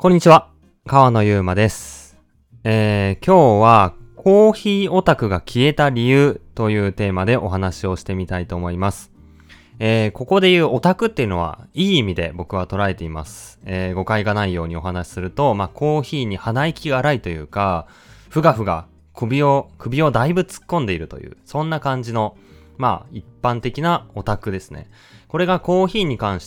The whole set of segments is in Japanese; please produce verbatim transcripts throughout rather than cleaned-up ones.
こんにちは、川野ゆうまです。えー、今日はコーヒーオタクが消えた理由というテーマでお話をしてみたいと思います。えー、ここで言うオタクっていうのはいい意味で僕は捉えています。えー、誤解がないようにお話しすると、まあ、コーヒーに鼻息が荒いというか、ふがふが首を、首をだいぶ突っ込んでいるという、そんな感じの、まあ、一般的なオタクですね。これがコーヒーに関して、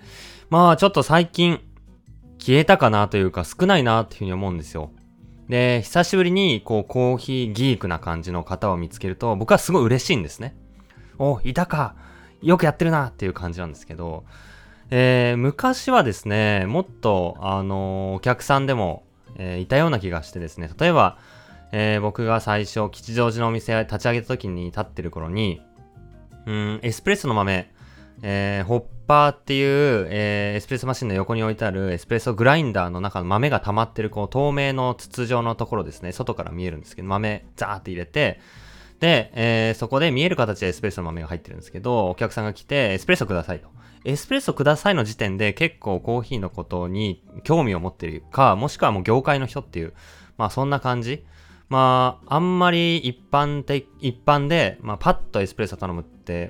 まあ、ちょっと最近、消えたかなというか少ないなっていうふうに思うんですよ。で、久しぶりにこうコーヒーギークな感じの方を見つけると僕はすごい嬉しいんですね。お、いたか。よくやってるなっていう感じなんですけど、えー、昔はですね、もっとあのー、お客さんでも、えー、いたような気がしてですね、例えば、えー、僕が最初吉祥寺のお店を立ち上げた時に立ってる頃に、うーん、エスプレッソの豆、えー、ホッパーっていう、えー、エスプレッソマシンの横に置いてあるエスプレッソグラインダーの中の豆が溜まってるこう透明の筒状のところですね、外から見えるんですけど、豆ザーって入れて、で、えー、そこで見える形でエスプレッソの豆が入ってるんですけど、お客さんが来てエスプレッソくださいと。エスプレッソくださいの時点で結構コーヒーのことに興味を持っているか、もしくはもう業界の人っていう、まあそんな感じ。まあ、あんまり一般的、一般で、まあ、パッとエスプレッソ頼むって、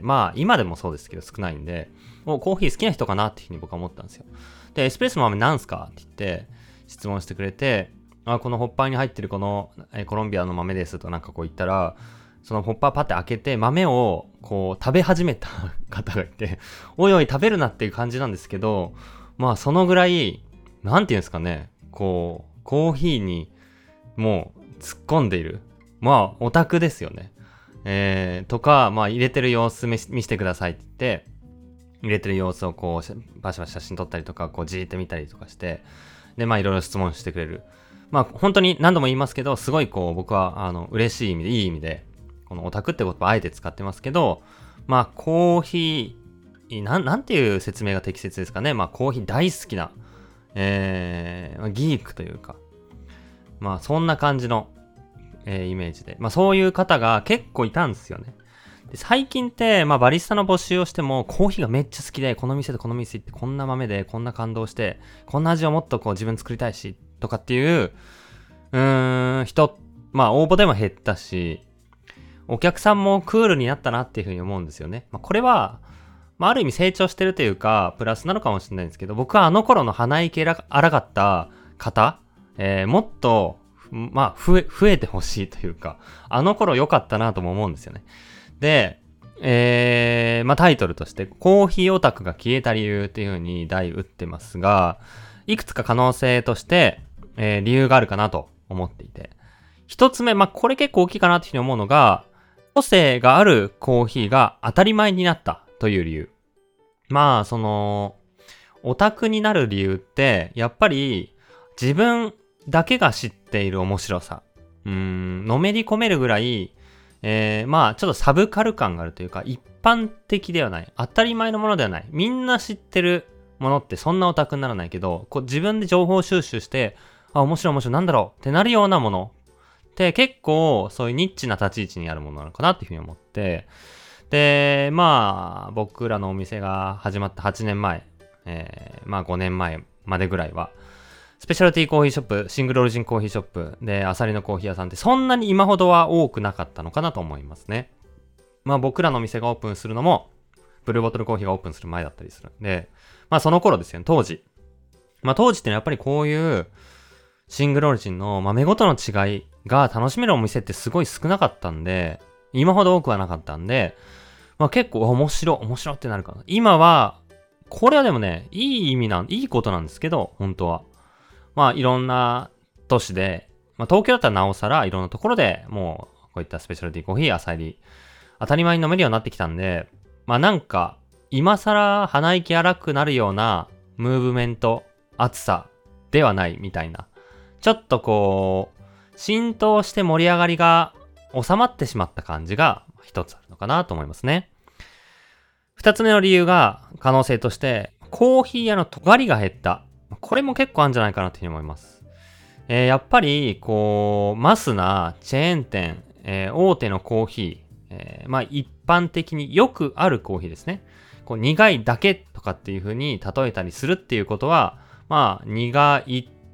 まあ、今でもそうですけど少ないんで、もうコーヒー好きな人かなっていうふうに僕は思ったんですよ。で、エスプレッソの豆なんすかって言って、質問してくれて、あ、このホッパーに入ってるこの、えコロンビアの豆ですとなんかこう言ったら、そのホッパーパッて開けて豆をこう食べ始めた方がいて、おいおい食べるなっていう感じなんですけど、まあそのぐらい、なんていうんですかね、こう、コーヒーにもう突っ込んでいる。まあ、オタクですよね。えー、とか、まあ、入れてる様子見せてくださいって言って、入れてる様子をこう、バシバシ写真撮ったりとか、こう、じーって見たりとかして、で、まあ、いろいろ質問してくれる。まあ、本当に何度も言いますけど、すごいこう、僕は、あの、嬉しい意味で、いい意味で、このオタクって言葉をあえて使ってますけど、まあ、コーヒー、なん、なんていう説明が適切ですかね。まあ、コーヒー大好きな、えー、ギークというか、まあそんな感じの、えー、イメージで。まあそういう方が結構いたんですよね。で最近って、まあバリスタの募集をしても、コーヒーがめっちゃ好きで、この店でこの店行って、こんな豆で、こんな感動して、こんな味をもっとこう自分作りたいし、とかっていう、うーん、人、まあ応募でも減ったし、お客さんもクールになったなっていうふうに思うんですよね。まあこれは、まあある意味成長してるというか、プラスなのかもしれないんですけど、僕はあの頃の鼻息荒かった方、えー、もっと、まあ、増え、増えてほしいというか、あの頃良かったなとも思うんですよね。で、えー、まあタイトルとして、コーヒーオタクが消えた理由っていう風に題打ってますが、いくつか可能性として、えー、理由があるかなと思っていて。一つ目、まあこれ結構大きいかなっていう風に思うのが、個性があるコーヒーが当たり前になったという理由。まあ、その、オタクになる理由って、やっぱり自分だけが知っている面白さ。うーん、のめり込めるぐらい、えー、まあ、ちょっとサブカル感があるというか、一般的ではない。当たり前のものではない。みんな知ってるものってそんなオタクにならないけど、こう自分で情報収集して、あ、面白い面白い、なんだろうってなるようなものって結構そういうニッチな立ち位置にあるものなのかなっていうふうに思って、で、まあ、僕らのお店が始まったはちねんまえ、えー、まあごねんまえまでぐらいは、スペシャルティーコーヒーショップ、シングルオリジンコーヒーショップで、アサリのコーヒー屋さんってそんなに今ほどは多くなかったのかなと思いますね。まあ僕らの店がオープンするのも、ブルーボトルコーヒーがオープンする前だったりするんで、まあその頃ですよね、当時。まあ当時ってのはやっぱりこういうシングルオリジンの豆ごとの違いが楽しめるお店ってすごい少なかったんで、今ほど多くはなかったんで、まあ結構面白い、面白いってなるかな。今は、これはでもね、いい意味なん、いいことなんですけど、本当は。まあいろんな都市で、まあ東京だったらなおさらいろんなところでもうこういったスペシャルティーコーヒー、アサリ、当たり前に飲めるようになってきたんで、まあなんか、今更鼻息荒くなるようなムーブメント、熱さではないみたいな。ちょっとこう、浸透して盛り上がりが収まってしまった感じが一つあるのかなと思いますね。二つ目の理由が可能性として、コーヒー屋の尖りが減った。これも結構あるんじゃないかなというふうに思います。えー、やっぱり、こう、マスなチェーン店、えー、大手のコーヒー、えー、まあ一般的によくあるコーヒーですね。こう苦いだけとかっていう風に例えたりするっていうことは、まあ苦いっ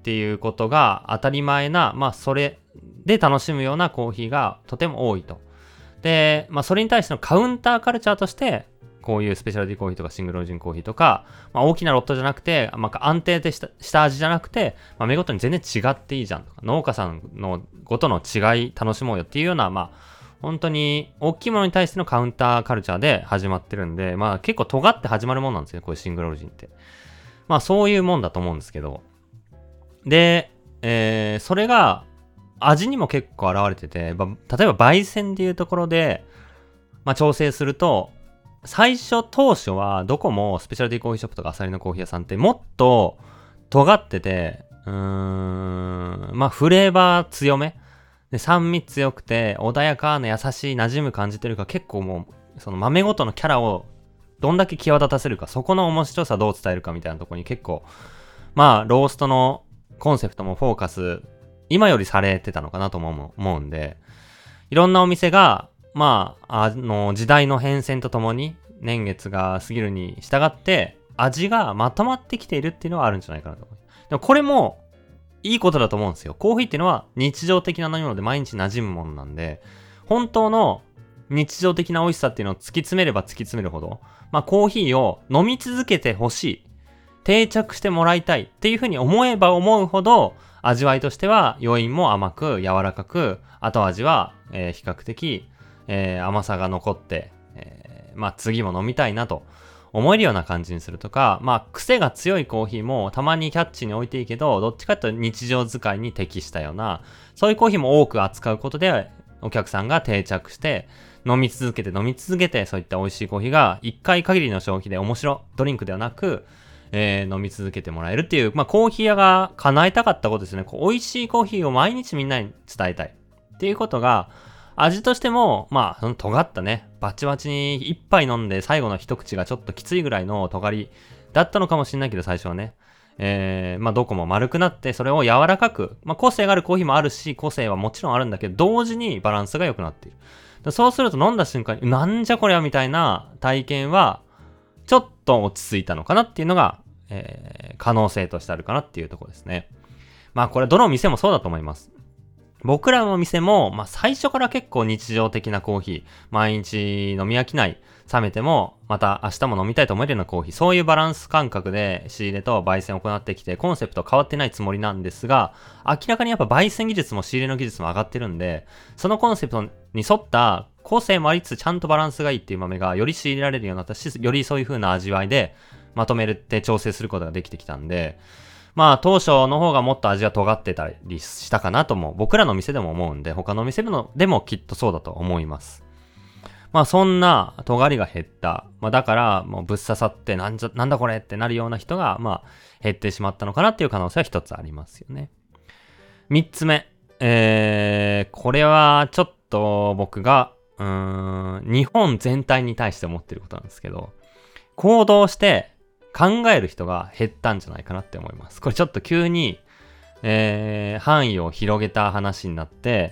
っていうことが当たり前な、まあそれで楽しむようなコーヒーがとても多いと。で、まあそれに対してのカウンターカルチャーとして、こういうスペシャルティコーヒーとかシングルオリジンコーヒーとか、まあ、大きなロットじゃなくて、まあ、安定したした味じゃなくて、まあ、目ごとに全然違っていいじゃんとか、農家さんのごとの違い楽しもうよっていうような、まあ、本当に大きいものに対してのカウンターカルチャーで始まってるんで、まあ結構尖って始まるもんなんですよ、こういうシングルオリジンって。まあそういうもんだと思うんですけど。で、えー、それが味にも結構現れてて、例えば焙煎でいうところで、まあ調整すると、最初当初はどこもスペシャルティコーヒーショップとかアサリのコーヒー屋さんってもっと尖ってて、うーん、まあフレーバー強めで酸味強くて穏やかな優しい馴染む感じというか、結構もうその豆ごとのキャラをどんだけ際立たせるか、そこの面白さどう伝えるかみたいなところに結構まあローストのコンセプトもフォーカス今よりされてたのかなとも思うんで、いろんなお店がまあ、あの、時代の変遷とともに、年月が過ぎるに従って、味がまとまってきているっていうのはあるんじゃないかなと思う。でもこれも、いいことだと思うんですよ。コーヒーっていうのは日常的な飲み物で毎日馴染むものなんで、本当の日常的な美味しさっていうのを突き詰めれば突き詰めるほど、まあコーヒーを飲み続けてほしい。定着してもらいたいっていうふうに思えば思うほど、味わいとしては余韻も甘く柔らかく、後味は、えー、比較的、えー、甘さが残って、えー、まあ次も飲みたいなと思えるような感じにするとか、まあ癖が強いコーヒーもたまにキャッチに置いていいけど、どっちかというと日常使いに適したような、そういうコーヒーも多く扱うことで、お客さんが定着して、飲み続けて飲み続けて、そういった美味しいコーヒーが一回限りの消費で面白ドリンクではなく、えー、飲み続けてもらえるっていう、まあコーヒー屋が叶えたかったことですね。こう美味しいコーヒーを毎日みんなに伝えたいっていうことが、味としても、まあ、その尖ったね、バチバチに一杯飲んで最後の一口がちょっときついぐらいの尖りだったのかもしれないけど、最初はね。えー、まあ、どこも丸くなって、それを柔らかく、まあ、個性があるコーヒーもあるし、個性はもちろんあるんだけど、同時にバランスが良くなっている。そうすると飲んだ瞬間に、なんじゃこりゃみたいな体験は、ちょっと落ち着いたのかなっていうのが、えー、可能性としてあるかなっていうところですね。まあ、これどの店もそうだと思います。僕らの店も、まあ、最初から結構日常的なコーヒー、毎日飲み飽きない、冷めても、また明日も飲みたいと思えるようなコーヒー、そういうバランス感覚で仕入れと焙煎を行ってきて、コンセプト変わってないつもりなんですが、明らかにやっぱ焙煎技術も仕入れの技術も上がってるんで、そのコンセプトに沿った個性もありつつちゃんとバランスがいいっていう豆がより仕入れられるようになったし、よりそういう風な味わいでまとめるって調整することができてきたんで、まあ当初の方がもっと味が尖ってたりしたかなとも僕らの店でも思うんで、他の店でもでもきっとそうだと思います。まあそんな尖りが減った。まあだからもうぶっ刺さってなんじゃ、なんだこれってなるような人がまあ減ってしまったのかなっていう可能性は一つありますよね。三つ目。えー、これはちょっと僕が、うーん、日本全体に対して思ってることなんですけど、行動して考える人が減ったんじゃないかなって思います。これちょっと急に、えー、範囲を広げた話になって、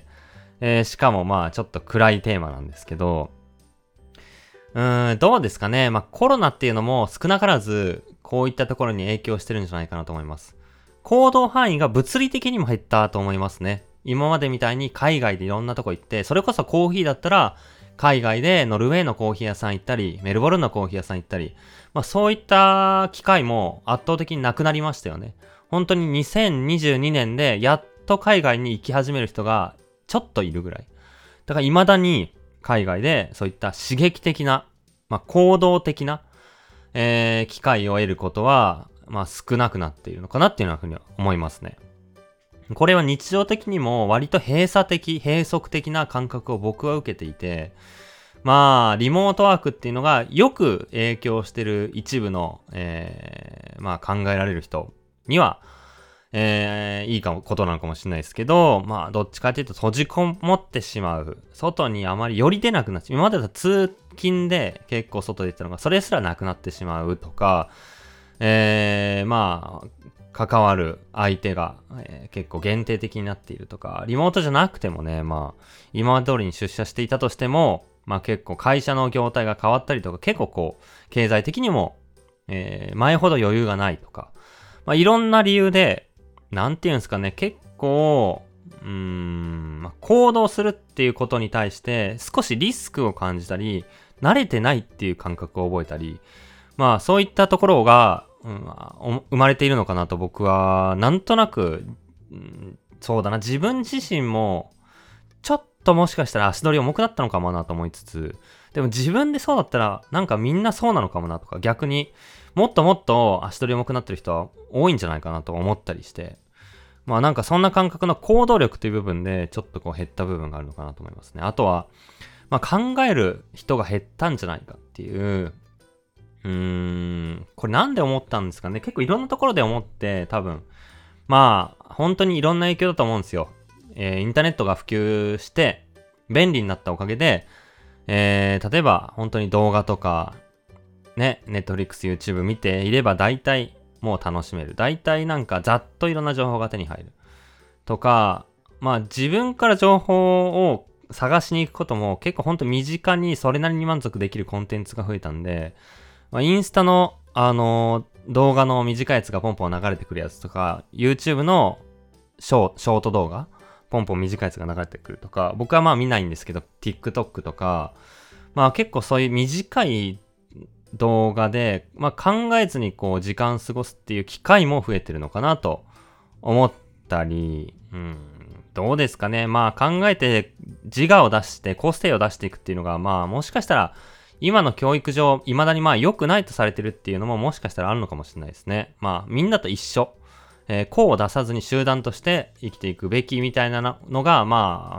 えー、しかもまあちょっと暗いテーマなんですけど、うーん、どうですかね。まあコロナっていうのも少なからずこういったところに影響してるんじゃないかなと思います。行動範囲が物理的にも減ったと思いますね。今までみたいに海外でいろんなとこ行って、それこそコーヒーだったら、海外でノルウェーのコーヒー屋さん行ったり、メルボルンのコーヒー屋さん行ったり、まあそういった機会も圧倒的になくなりましたよね。本当ににせんにじゅうにねんでやっと海外に行き始める人がちょっといるぐらい。だから未だに海外でそういった刺激的な、まあ行動的な、えー、機会を得ることは、まあ少なくなっているのかなっていうふうに思いますね。これは日常的にも割と閉鎖的、閉塞的な感覚を僕は受けていて、まあ、リモートワークっていうのがよく影響してる一部の、えー、まあ考えられる人には、えー、いいかも、ことなのかもしれないですけど、まあ、どっちかというと閉じこもってしまう。外にあまり寄り出なくなっちゃう。今までだと通勤で結構外で行ったのが、それすらなくなってしまうとか、えー、まあ、関わる相手が、えー、結構限定的になっているとか、リモートじゃなくてもね、まあ、今まで通りに出社していたとしても、まあ結構会社の業態が変わったりとか、結構こう、経済的にも、えー、前ほど余裕がないとか、まあいろんな理由で、 なんていうんですかね、結構、うーん、まあ、行動するっていうことに対して少しリスクを感じたり、慣れてないっていう感覚を覚えたり、まあそういったところが、うん、お生まれているのかなと僕はなんとなく、うん、そうだな、自分自身もちょっともしかしたら足取り重くなったのかもなと思いつつ、でも自分でそうだったらなんかみんなそうなのかもなとか、逆にもっともっと足取り重くなってる人は多いんじゃないかなと思ったりして、まあなんかそんな感覚の行動力という部分でちょっとこう減った部分があるのかなと思いますね。あとは、まあ考える人が減ったんじゃないかっていう、うーん、これなんで思ったんですかね。結構いろんなところで思って多分、まあ本当にいろんな影響だと思うんですよ。えー、インターネットが普及して便利になったおかげで、えー、例えば本当に動画とか、ね、Netflix、YouTube 見ていれば大体もう楽しめる。大体なんかざっといろんな情報が手に入る。とか、まあ自分から情報を探しに行くことも結構ほんと身近にそれなりに満足できるコンテンツが増えたんで、まあ、インスタのあのー、動画の短いやつがポンポン流れてくるやつとか、YouTube のショーショート動画ポンポン短いやつが流れてくるとか、僕はまあ見ないんですけど、TikTok とか、まあ結構そういう短い動画で、まあ考えずにこう時間過ごすっていう機会も増えてるのかなと思ったり、うん、どうですかね。まあ考えて自我を出して個性を出していくっていうのが、まあもしかしたら今の教育上未だにまあ良くないとされてるっていうのももしかしたらあるのかもしれないですね。まあみんなと一緒。えー、個を出さずに集団として生きていくべきみたいなのが、まあ、うん、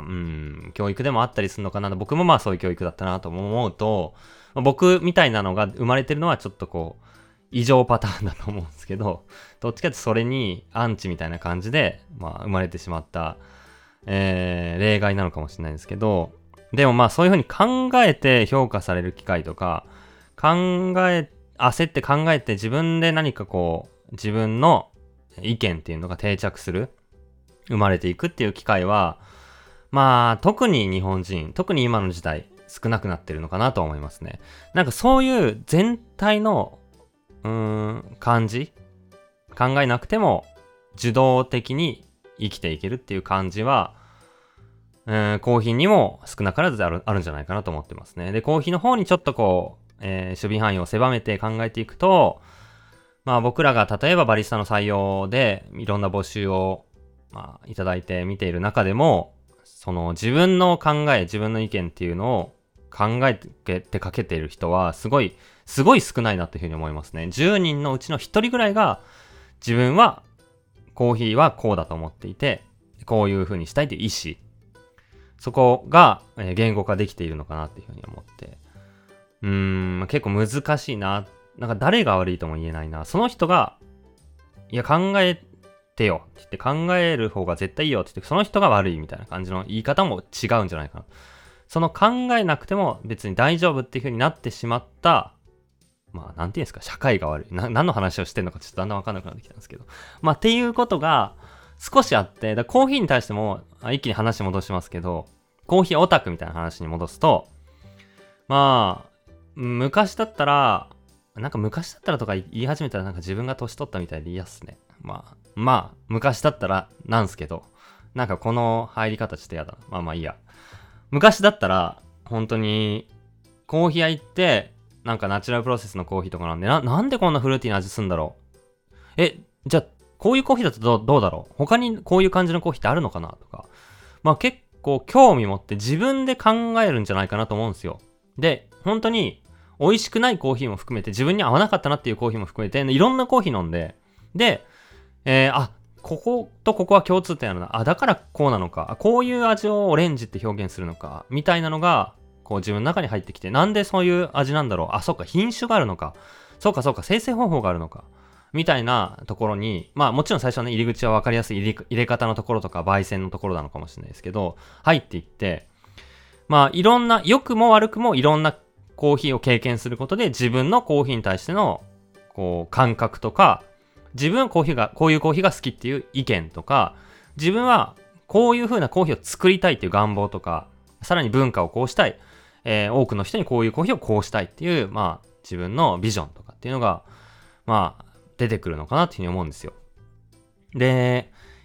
教育でもあったりするのかな。僕もまあそういう教育だったなと思うと、まあ、僕みたいなのが生まれてるのはちょっとこう、異常パターンだと思うんですけど、どっちかってそれにアンチみたいな感じで、まあ生まれてしまった、えー、例外なのかもしれないんですけど、でもまあそういうふうに考えて評価される機会とか、考え、焦って考えて自分で何かこう、自分の意見っていうのが定着する、生まれていくっていう機会は、まあ特に日本人、特に今の時代少なくなってるのかなと思いますね。なんかそういう全体のうーん感じ、考えなくても受動的に生きていけるっていう感じは、うーんコーヒーにも少なからずある、あるんじゃないかなと思ってますね。で、コーヒーの方にちょっとこう、えー、守備範囲を狭めて考えていくと、まあ僕らが例えばバリスタの採用でいろんな募集を、まあ、いただいて見ている中でも、その自分の考え、自分の意見っていうのを考えてかけている人はすごい、すごい少ないなっていうふうに思いますね。じゅうにんのうちのひとりぐらいが自分はコーヒーはこうだと思っていて、こういうふうにしたいという意思、そこが言語化できているのかなっていうふうに思って、うーん、結構難しいな。なんか誰が悪いとも言えないな。その人が、いや考えてよって言って考える方が絶対いいよって言って、その人が悪いみたいな感じの言い方も違うんじゃないかな。その考えなくても別に大丈夫っていう風になってしまった、まあなんていうんですか、社会が悪い。な、何の話をしてるのかちょっとだんだんわかんなくなってきたんですけど。まあっていうことが少しあって、だコーヒーに対しても、一気に話戻しますけど、コーヒーオタクみたいな話に戻すと、まあ、昔だったら、なんか昔だったらとか言い始めたらなんか自分が年取ったみたいで嫌っすね。まあ、まあ、昔だったらなんすけど、なんかこの入り方ちょっと嫌だ。まあまあいいや。昔だったら、本当に、コーヒー屋行って、なんかナチュラルプロセスのコーヒーとかなんで、な、なんでこんなフルーティーな味すんだろう。え、じゃあ、こういうコーヒーだとどう、どうだろう。他にこういう感じのコーヒーってあるのかなとか。まあ結構興味持って自分で考えるんじゃないかなと思うんですよ。で、本当に、美味しくないコーヒーも含めて、自分に合わなかったなっていうコーヒーも含めて、いろんなコーヒー飲んで、で、えー、あ、こことここは共通点あるな。あ、だからこうなのか。あ、こういう味をオレンジって表現するのか。みたいなのが、こう自分の中に入ってきて、なんでそういう味なんだろう。あ、そうか、品種があるのか。そうか、そうか、生成方法があるのか。みたいなところに、まあもちろん最初はね、入り口は分かりやすい入れ、入れ方のところとか、焙煎のところなのかもしれないですけど、入っていって、まあいろんな、良くも悪くもいろんなコーヒーを経験することで自分のコーヒーに対してのこう感覚とか、自分はコーヒーがこういうコーヒーが好きっていう意見とか、自分はこういう風なコーヒーを作りたいっていう願望とか、さらに文化をこうしたい、えー、多くの人にこういうコーヒーをこうしたいっていう、まあ自分のビジョンとかっていうのがまあ出てくるのかなっていうふうに思うんですよ。で、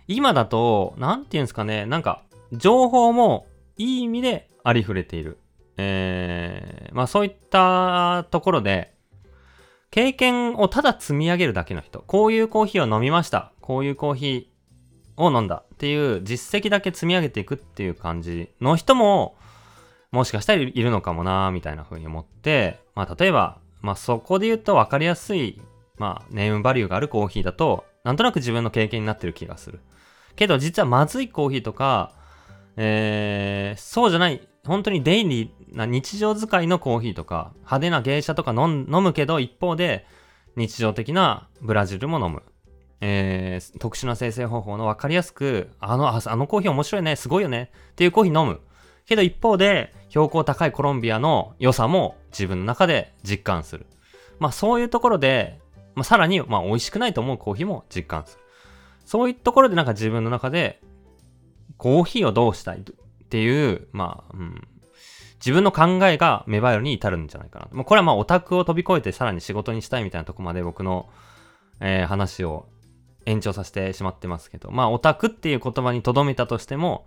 今だと、なんていうんですかね、なんか、情報もいい意味でありふれている。えー、まあそういったところで、経験をただ積み上げるだけの人。こういうコーヒーを飲みました。こういうコーヒーを飲んだっていう実績だけ積み上げていくっていう感じの人も、もしかしたらいるのかもなーみたいな風に思って、まあ例えば、まあそこで言うと分かりやすい、まあネームバリューがあるコーヒーだと、なんとなく自分の経験になってる気がする。けど実はまずいコーヒーとか、えー、そうじゃない、本当にデイリーな日常使いのコーヒーとか、派手な芸者とか飲むけど、一方で日常的なブラジルも飲む。えー、特殊な生成方法の分かりやすく、あの、あのコーヒー面白いね、すごいよねっていうコーヒー飲む。けど一方で、標高高いコロンビアの良さも自分の中で実感する。まあそういうところで、まあさらに、まあ美味しくないと思うコーヒーも実感する。そういうところでなんか自分の中で、コーヒーをどうしたいっていう、まあ、うん、自分の考えが芽生えるに至るんじゃないかな。まあ、これはまあオタクを飛び越えてさらに仕事にしたいみたいなとこまで僕の、えー、話を延長させてしまってますけど、まあオタクっていう言葉に留めたとしても、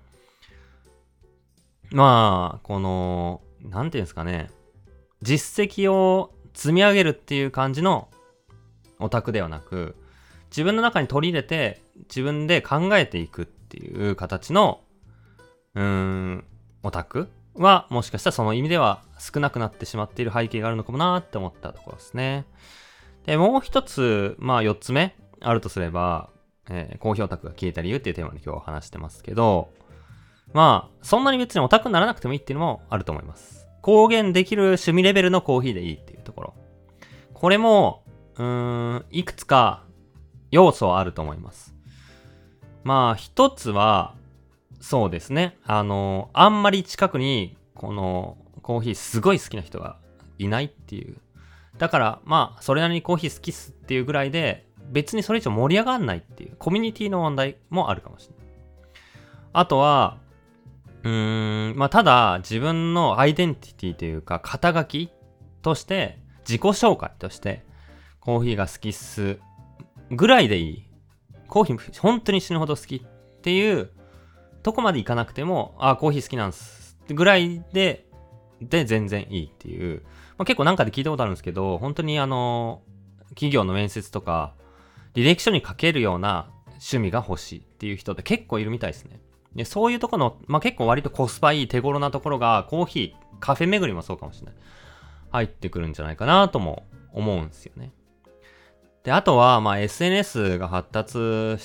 まあ、この、なんていうんですかね、実績を積み上げるっていう感じのオタクではなく、自分の中に取り入れて自分で考えていくっていう形の、うーん、オタクはもしかしたらその意味では少なくなってしまっている背景があるのかもなーって思ったところですね。で、もう一つ、まあ四つ目あるとすれば、えー、コーヒーオタクが消えた理由っていうテーマで今日は話してますけど、まあ、そんなに別にオタクにならなくてもいいっていうのもあると思います。公言できる趣味レベルのコーヒーでいいっていうところ。これも、うーん、いくつか要素はあると思います。まあ、一つは、そうですね。あの、あんまり近くに、この、コーヒーすごい好きな人がいないっていう。だから、まあ、それなりにコーヒー好きっすっていうぐらいで、別にそれ以上盛り上がんないっていう、コミュニティの問題もあるかもしれない。あとは、うーん、まあ、ただ、自分のアイデンティティというか、肩書きとして、自己紹介として、コーヒーが好きっすぐらいでいい。コーヒー本当に死ぬほど好きっていうとこまでいかなくても、あ、コーヒー好きなんすぐらいで、で全然いいっていう。まあ、結構なんかで聞いたことあるんですけど、本当にあの、企業の面接とか、履歴書に書けるような趣味が欲しいっていう人って結構いるみたいですね。で、そういうとこの、まあ、結構割とコスパいい手頃なところが、コーヒー、カフェ巡りもそうかもしれない。入ってくるんじゃないかなとも思うんですよね。で、あとは、まあ、エスエヌエス が発達して、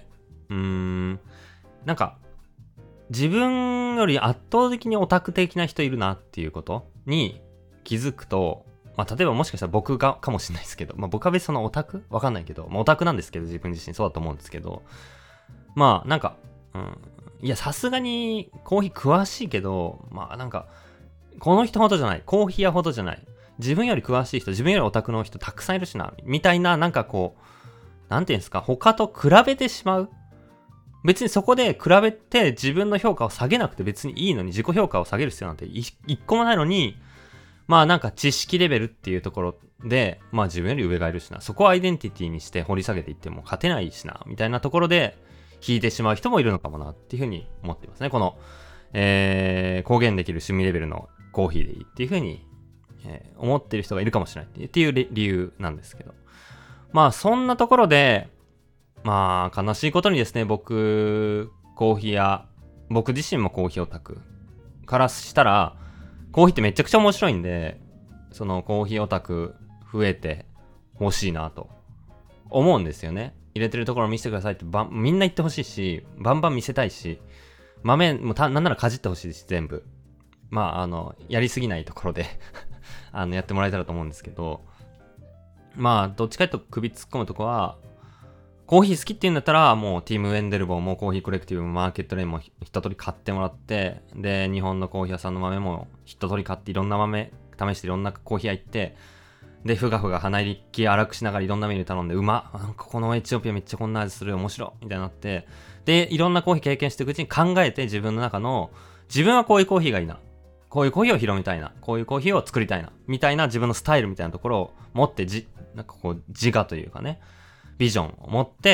うーん、なんか、自分より圧倒的にオタク的な人いるなっていうことに気づくと、まあ、例えばもしかしたら僕がかもしれないですけど、まあ、僕は別にそのオタクわかんないけど、まあ、オタクなんですけど、自分自身そうだと思うんですけど、まあ、なんか、うん、いや、さすがにコーヒー詳しいけど、まあ、なんか、この人ほどじゃない、コーヒー屋ほどじゃない、自分より詳しい人、自分よりオタクの人たくさんいるしな、みたいな、なんかこう、なんていうんですか、他と比べてしまう。別にそこで比べて自分の評価を下げなくて別にいいのに、自己評価を下げる必要なんて一個もないのに、まあなんか知識レベルっていうところで、まあ自分より上がいるしな、そこをアイデンティティにして掘り下げていっても勝てないしな、みたいなところで引いてしまう人もいるのかもなっていうふうに思ってますね。この、えー、公言できる趣味レベルのコーヒーでいいっていうふうに、えー、思ってる人がいるかもしれないっていう理由なんですけど。まあそんなところで、まあ悲しいことにですね、僕、コーヒー屋、僕自身もコーヒーオタクからしたら、コーヒーってめちゃくちゃ面白いんで、そのコーヒーオタク増えてほしいなと思うんですよね。入れてるところ見せてくださいってばみんな言ってほしいし、バンバン見せたいし、豆もたなんならかじってほしいし、全部。まああの、やりすぎないところであの、やってもらえたらと思うんですけど、まあどっちかというと首突っ込むとこは、コーヒー好きって言うんだったら、もうティームウェンデルボーもコーヒーコレクティブもマーケットレーンも一通り買ってもらって、で、日本のコーヒー屋さんの豆も一通り買っていろんな豆試していろんなコーヒー屋行って、で、ふがふが鼻入り荒くしながらいろんなメニュー頼んで、うまっなんかこのエチオピアめっちゃこんな味する面白いみたいになって、で、いろんなコーヒー経験していくうちに考えて自分の中の、自分はこういうコーヒーがいいな。こういうコーヒーを広めたいな。こういうコーヒーを作りたいな。みたいな自分のスタイルみたいなところを持ってじ、なんかこう自我というかね、ビジョンを持って、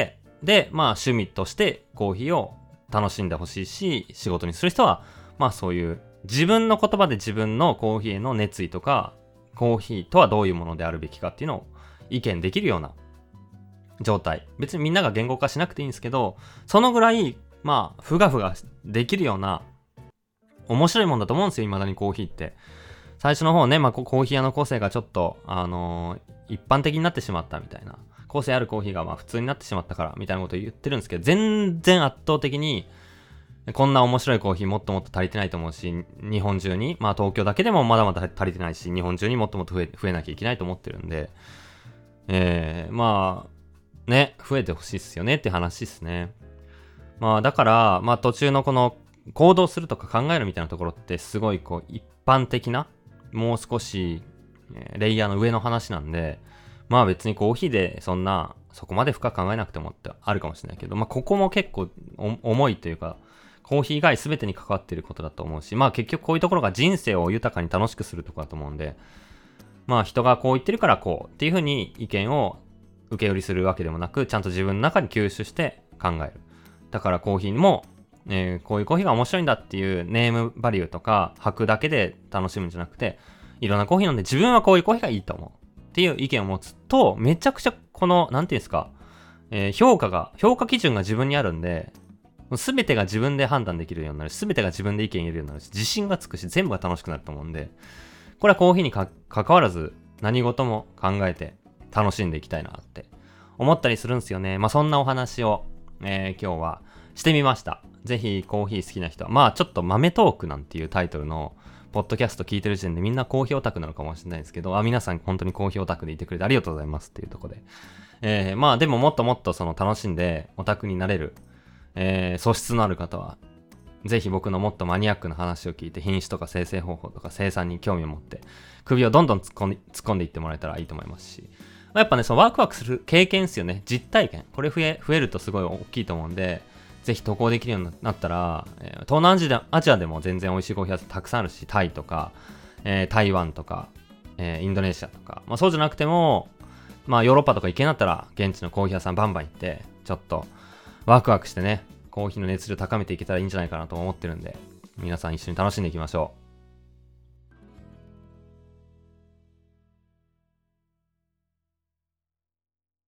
で、まあ趣味としてコーヒーを楽しんでほしいし、仕事にする人は、まあそういう自分の言葉で自分のコーヒーへの熱意とか、コーヒーとはどういうものであるべきかっていうのを意見できるような状態。別にみんなが言語化しなくていいんですけど、そのぐらい、まあ、ふがふができるような面白いもんだと思うんですよ、未だにコーヒーって。最初の方ね、まあコーヒー屋の個性がちょっと、あのー、一般的になってしまったみたいな。個性あるコーヒーがまあ普通になってしまったからみたいなことを言ってるんですけど、全然圧倒的にこんな面白いコーヒーもっともっと足りてないと思うし、日本中に、まあ東京だけでもまだまだ足りてないし、日本中にもっともっと増え、増えなきゃいけないと思ってるんで、えー、まあ、ね、増えてほしいっすよねって話っすね。まあだから、まあ途中のこの行動するとか考えるみたいなところってすごいこう一般的な、もう少し、えー、レイヤーの上の話なんで、まあ別にコーヒーでそんな、そこまで深く考えなくてもってあるかもしれないけど、まあここも結構重いというか、コーヒー以外全てに関わっていることだと思うし、まあ結局こういうところが人生を豊かに楽しくするところだと思うんで、まあ人がこう言ってるからこうっていう風に意見を受け売りするわけでもなく、ちゃんと自分の中に吸収して考える。だからコーヒーにも、えー、こういうコーヒーが面白いんだっていうネームバリューとか吐くだけで楽しむんじゃなくて、いろんなコーヒー飲んで自分はこういうコーヒーがいいと思うっていう意見を持つと、めちゃくちゃこの、なんていうんですか、えー、評価が、評価基準が自分にあるんで、すべてが自分で判断できるようになるし、すべてが自分で意見言えるようになるし、自信がつくし、全部が楽しくなると思うんで、これはコーヒーにか関わらず何事も考えて楽しんでいきたいなって思ったりするんですよね。まあそんなお話を、えー、今日はしてみました。ぜひコーヒー好きな人は、まあちょっと豆トークなんていうタイトルのポッドキャスト聞いてる時点でみんなコーヒーオタクなのかもしれないですけど、あ、皆さん本当にコーヒーオタクでいてくれてありがとうございますっていうところで。えー、まあでももっともっとその楽しんでオタクになれる、えー、素質のある方は、ぜひ僕のもっとマニアックな話を聞いて品種とか生成方法とか生産に興味を持って首をどんどん突っ込んで、突っ込んでいってもらえたらいいと思いますし、やっぱね、そのワクワクする経験ですよね。実体験。これ増え、増えるとすごい大きいと思うんで、ぜひ渡航できるようになったら、えー、東南アジア、アジアでも全然美味しいコーヒー屋さんたくさんあるし、タイとか、えー、台湾とか、えー、インドネシアとか、まあそうじゃなくても、まあヨーロッパとか行けんなったら、現地のコーヒー屋さんバンバン行って、ちょっとワクワクしてね、コーヒーの熱量高めていけたらいいんじゃないかなと思ってるんで、皆さん一緒に楽しんでいきましょう。